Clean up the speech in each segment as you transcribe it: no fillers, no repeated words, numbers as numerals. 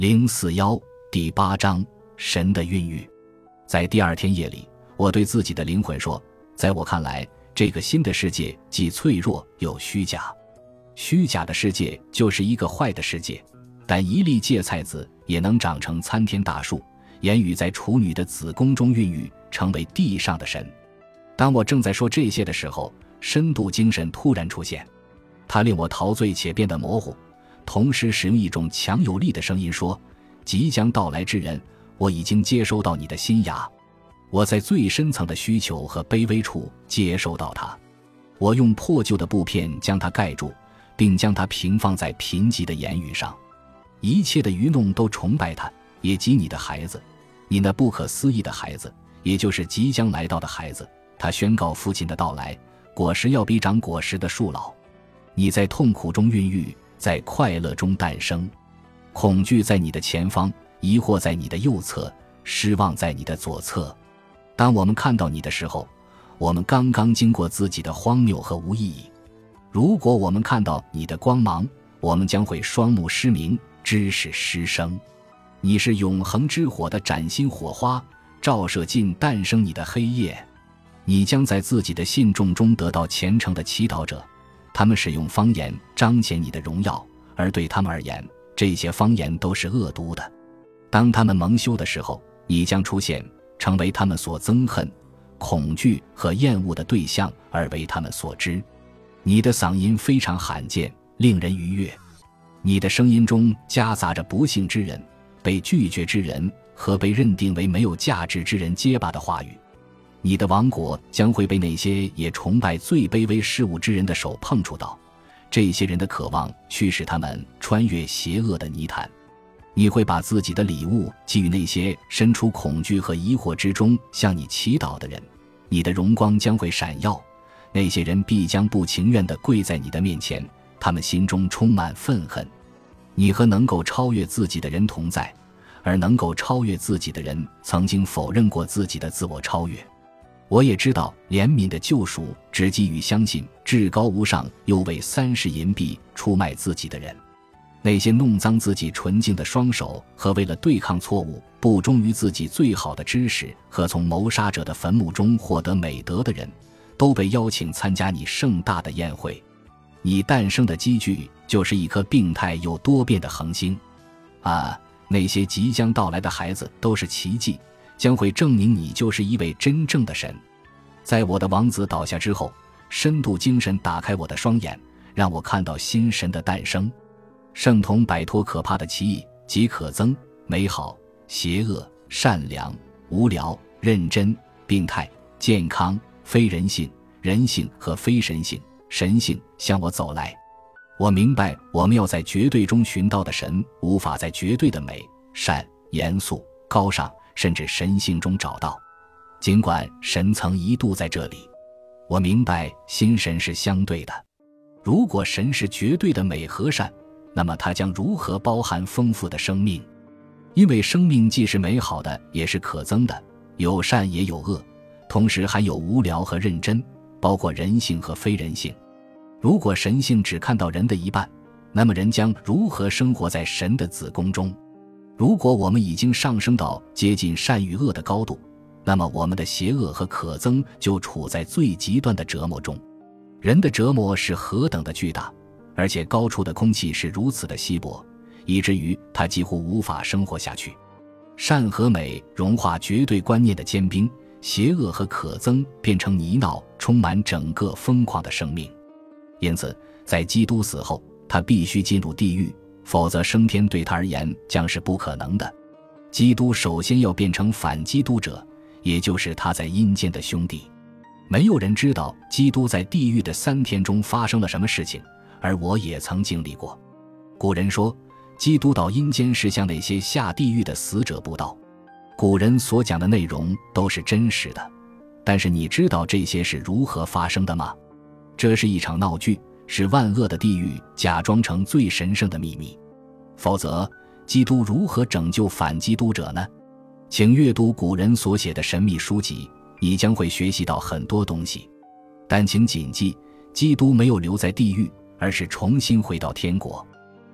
041第8章神的孕育。在第二天夜里，我对自己的灵魂说，在我看来，这个新的世界既脆弱又虚假。虚假的世界就是一个坏的世界，但一粒芥菜籽也能长成参天大树，言语在处女的子宫中孕育，成为地上的神。当我正在说这些的时候，深度精神突然出现，它令我陶醉且变得模糊，同时使用一种强有力的声音说，即将到来之人，我已经接收到你的新芽。我在最深层的需求和卑微处接收到它。我用破旧的布片将它盖住，并将它平放在贫瘠的言语上。一切的愚弄都崇拜它，也即你的孩子，你那不可思议的孩子，也就是即将来到的孩子。他宣告父亲的到来，果实要比长果实的树老。你在痛苦中孕育，在快乐中诞生。恐惧在你的前方，疑惑在你的右侧，失望在你的左侧。当我们看到你的时候，我们刚刚经过自己的荒谬和无意义。如果我们看到你的光芒，我们将会双目失明，知识失声。你是永恒之火的崭新火花，照射进诞生你的黑夜。你将在自己的信众中得到虔诚的祈祷者，他们使用方言彰显你的荣耀，而对他们而言，这些方言都是恶毒的。当他们蒙羞的时候，你将出现，成为他们所憎恨、恐惧和厌恶的对象，而为他们所知。你的嗓音非常罕见，令人愉悦。你的声音中夹杂着不幸之人、被拒绝之人和被认定为没有价值之人结巴的话语。你的王国将会被那些也崇拜最卑微事物之人的手碰触到，这些人的渴望驱使他们穿越邪恶的泥潭。你会把自己的礼物给予那些身处恐惧和疑惑之中向你祈祷的人，你的荣光将会闪耀，那些人必将不情愿地跪在你的面前，他们心中充满愤恨。你和能够超越自己的人同在，而能够超越自己的人曾经否认过自己的自我超越。我也知道怜悯的救赎只基于相信至高无上又为30银币出卖自己的人。那些弄脏自己纯净的双手和为了对抗错误不忠于自己最好的知识和从谋杀者的坟墓中获得美德的人，都被邀请参加你盛大的宴会。你诞生的机具就是一颗病态又多变的恒星。那些即将到来的孩子都是奇迹，将会证明你就是一位真正的神。在我的王子倒下之后，深度精神打开我的双眼，让我看到新神的诞生。圣童摆脱可怕的奇异即可憎、美好、邪恶、善良、无聊、认真、病态、健康、非人性、人性和非神性、神性向我走来。我明白我们要在绝对中寻到的神无法在绝对的美、善、严肃、高尚甚至神性中找到，尽管神曾一度在这里。我明白新神是相对的。如果神是绝对的美和善，那么它将如何包含丰富的生命？因为生命既是美好的，也是可憎的，有善也有恶，同时还有无聊和认真，包括人性和非人性。如果神性只看到人的一半，那么人将如何生活在神的子宫中？如果我们已经上升到接近善与恶的高度，那么我们的邪恶和可憎就处在最极端的折磨中。人的折磨是何等的巨大，而且高处的空气是如此的稀薄，以至于他几乎无法生活下去。善和美融化绝对观念的坚冰，邪恶和可憎变成泥淖，充满整个疯狂的生命。因此在基督死后，他必须进入地狱，否则升天对他而言将是不可能的。基督首先要变成反基督者，也就是他在阴间的兄弟。没有人知道基督在地狱的3天中发生了什么事情，而我也曾经历过。古人说，基督到阴间是向那些下地狱的死者布道。古人所讲的内容都是真实的，但是你知道这些是如何发生的吗？这是一场闹剧，是万恶的地狱假装成最神圣的秘密。否则，基督如何拯救反基督者呢？请阅读古人所写的神秘书籍，你将会学习到很多东西。但请谨记，基督没有留在地狱，而是重新回到天国。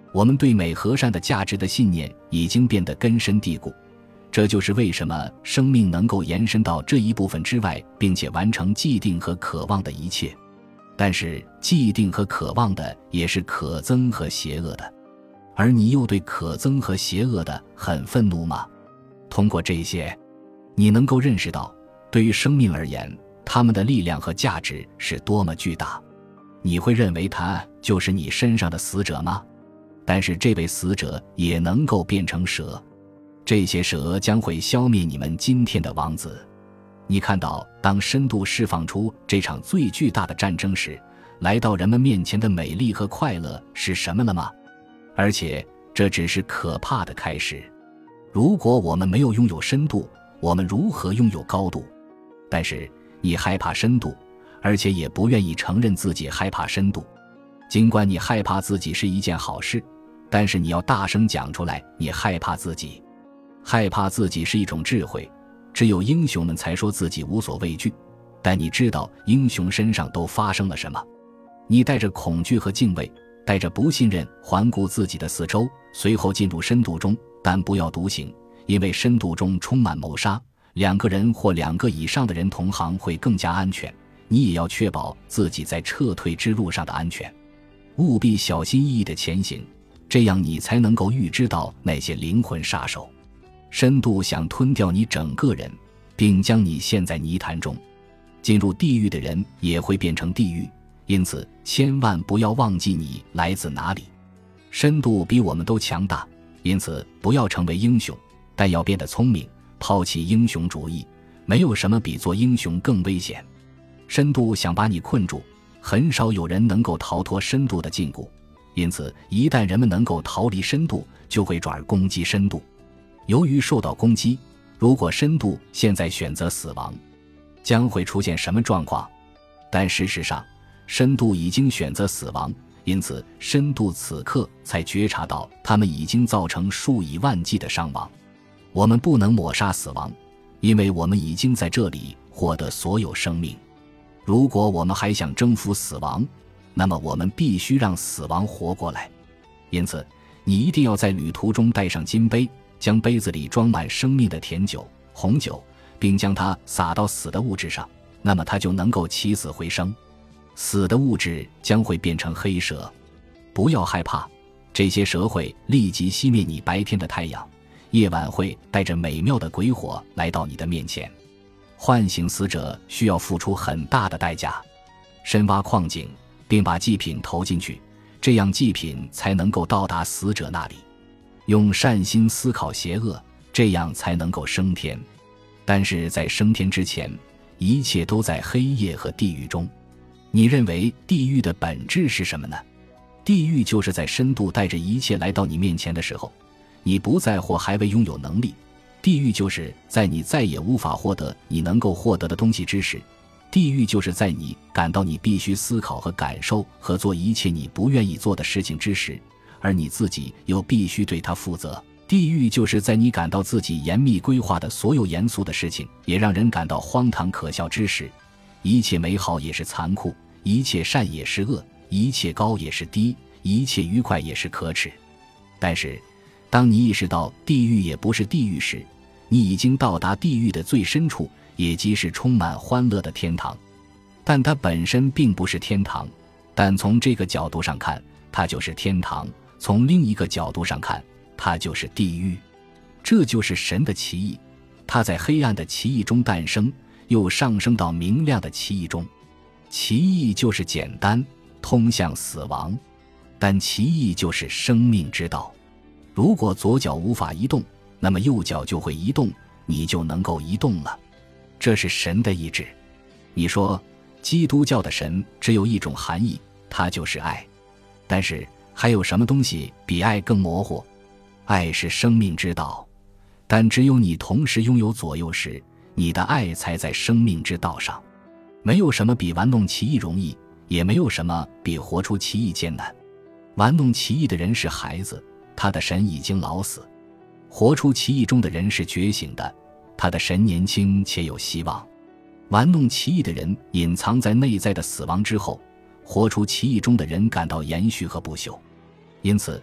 我们对美和善的价值的信念已经变得根深蒂固，这就是为什么生命能够延伸到这一部分之外，并且完成既定和渴望的一切。但是既定和渴望的也是可憎和邪恶的，而你又对可憎和邪恶的很愤怒吗？通过这些，你能够认识到，对于生命而言，它们的力量和价值是多么巨大。你会认为他就是你身上的死者吗？但是这位死者也能够变成蛇，这些蛇将会消灭你们今天的王子。你看到当深度释放出这场最巨大的战争时，来到人们面前的美丽和快乐是什么了吗？而且这只是可怕的开始。如果我们没有拥有深度，我们如何拥有高度？但是你害怕深度，而且也不愿意承认自己害怕深度。尽管你害怕自己是一件好事，但是你要大声讲出来，你害怕自己。害怕自己是一种智慧，只有英雄们才说自己无所畏惧，但你知道英雄身上都发生了什么。你带着恐惧和敬畏，带着不信任环顾自己的四周，随后进入深度中，但不要独行，因为深度中充满谋杀，两个人或两个以上的人同行会更加安全。你也要确保自己在撤退之路上的安全，务必小心翼翼地前行，这样你才能够预知到那些灵魂杀手。深度想吞掉你整个人，并将你陷在泥潭中。进入地狱的人也会变成地狱，因此千万不要忘记你来自哪里。深度比我们都强大，因此不要成为英雄，但要变得聪明，抛弃英雄主义。没有什么比做英雄更危险。深度想把你困住，很少有人能够逃脱深度的禁锢，因此一旦人们能够逃离深度，就会转而攻击深度。由于受到攻击，如果深度现在选择死亡，将会出现什么状况？但事实上，深度已经选择死亡，因此深度此刻才觉察到他们已经造成数以万计的伤亡。我们不能抹杀死亡，因为我们已经在这里获得所有生命。如果我们还想征服死亡，那么我们必须让死亡活过来。因此，你一定要在旅途中带上金杯，将杯子里装满生命的甜酒、红酒，并将它洒到死的物质上，那么它就能够起死回生。死的物质将会变成黑蛇。不要害怕，这些蛇会立即熄灭你白天的太阳，夜晚会带着美妙的鬼火来到你的面前。唤醒死者需要付出很大的代价，深挖矿井，并把祭品投进去，这样祭品才能够到达死者那里。用善心思考邪恶，这样才能够升天。但是在升天之前，一切都在黑夜和地狱中。你认为地狱的本质是什么呢？地狱就是在深度带着一切来到你面前的时候，你不再或还未拥有能力。地狱就是在你再也无法获得你能够获得的东西之时。地狱就是在你感到你必须思考和感受和做一切你不愿意做的事情之时，而你自己又必须对它负责。地狱就是在你感到自己严密规划的所有严肃的事情也让人感到荒唐可笑之时。一切美好也是残酷，一切善也是恶，一切高也是低，一切愉快也是可耻。但是当你意识到地狱也不是地狱时，你已经到达地狱的最深处，也即是充满欢乐的天堂。但它本身并不是天堂，但从这个角度上看，它就是天堂；从另一个角度上看，它就是地狱。这就是神的奇异，它在黑暗的奇异中诞生，又上升到明亮的奇异中。奇异就是简单，通向死亡，但奇异就是生命之道。如果左脚无法移动，那么右脚就会移动，你就能够移动了。这是神的意志。你说基督教的神只有一种含义，它就是爱。但是还有什么东西比爱更模糊？爱是生命之道，但只有你同时拥有左右时，你的爱才在生命之道上。没有什么比玩弄奇异容易，也没有什么比活出奇异艰难。玩弄奇异的人是孩子，他的神已经老死；活出奇异中的人是觉醒的，他的神年轻且有希望。玩弄奇异的人隐藏在内在的死亡之后，活出奇异中的人感到延续和不朽。因此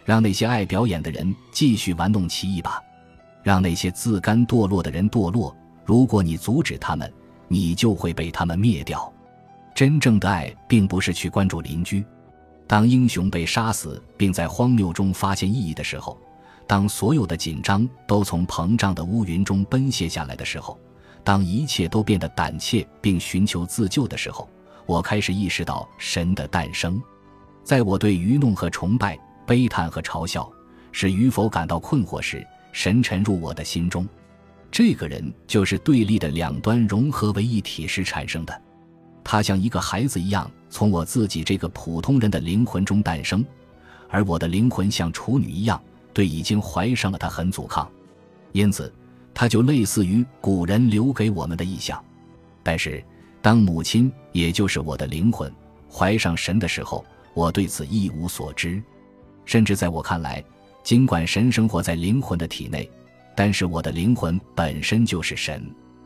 让那些爱表演的人继续玩弄其意吧，让那些自甘堕落的人堕落，如果你阻止他们，你就会被他们灭掉。真正的爱并不是去关注邻居。当英雄被杀死并在荒谬中发现意义的时候，当所有的紧张都从膨胀的乌云中奔泻下来的时候，当一切都变得胆怯并寻求自救的时候，我开始意识到神的诞生。在我对愚弄和崇拜、悲叹和嘲笑，是与否感到困惑时，神沉入我的心中。这个人就是对立的两端融合为一体时产生的。他像一个孩子一样从我自己这个普通人的灵魂中诞生，而我的灵魂像处女一样对已经怀上了他很阻抗，因此他就类似于古人留给我们的意象。但是当母亲，也就是我的灵魂，怀上神的时候，我对此一无所知。甚至在我看来，尽管神生活在灵魂的体内，但是我的灵魂本身就是神。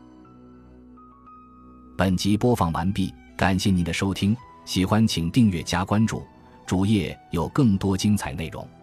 本集播放完毕，感谢您的收听，喜欢请订阅加关注，主页有更多精彩内容。